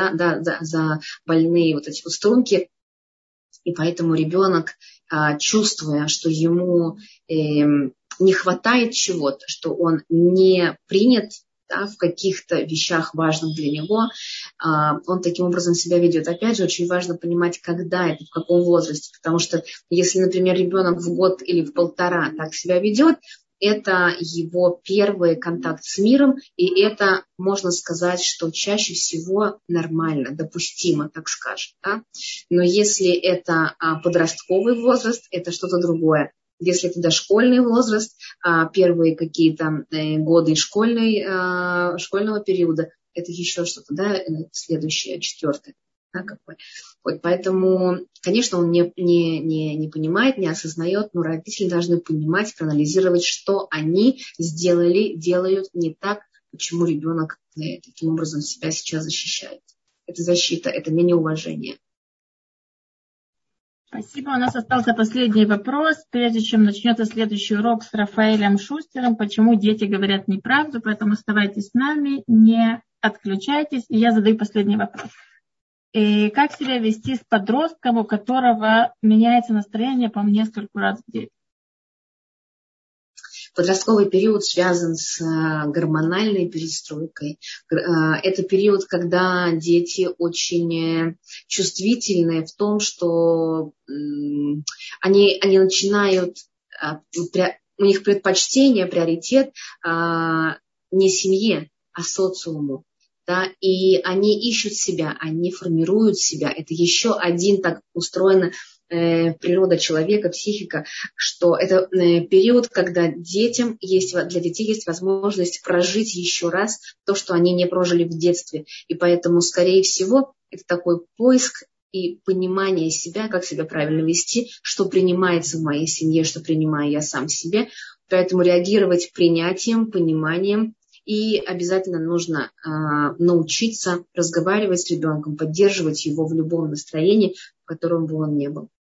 вот эти струнки. И поэтому ребенок, чувствуя, что ему не хватает чего-то, что он не принят, да, в каких-то вещах важных для него, он таким образом себя ведет. Опять же, очень важно понимать, когда это, в каком возрасте, потому что если, например, ребенок в год или в 1,5 так себя ведет, это его первый контакт с миром, и это, можно сказать, что чаще всего нормально, допустимо, так скажем. Да? Но если это подростковый возраст, это что-то другое. Если это дошкольный возраст, первые какие-то годы школьного периода, это еще что-то, да, следующее, 4. Да, какой. Вот, поэтому, конечно, он не понимает, не осознает, но родители должны понимать, проанализировать, что они делают не так, почему ребенок таким образом себя сейчас защищает. Это защита, это не неуважение. Спасибо. У нас остался последний вопрос. Прежде чем начнется следующий урок с Рафаэлем Шустером, почему дети говорят неправду, поэтому оставайтесь с нами, не отключайтесь. И я задаю последний вопрос. И как себя вести с подростком, у которого меняется настроение, по-моему, несколько раз в день? Подростковый период связан с гормональной перестройкой. Это период, когда дети очень чувствительны в том, что они начинают, у них предпочтение, приоритет не семье, а социуму. Да, и они ищут себя, они формируют себя. Это еще один, так устроена природа человека, психика, что это период, когда для детей есть возможность прожить еще раз то, что они не прожили в детстве. И поэтому, скорее всего, это такой поиск и понимание себя, как себя правильно вести, что принимается в моей семье, что принимаю я сам себе. Поэтому реагировать принятием, пониманием. И обязательно нужно научиться разговаривать с ребенком, поддерживать его в любом настроении, в котором бы он ни был.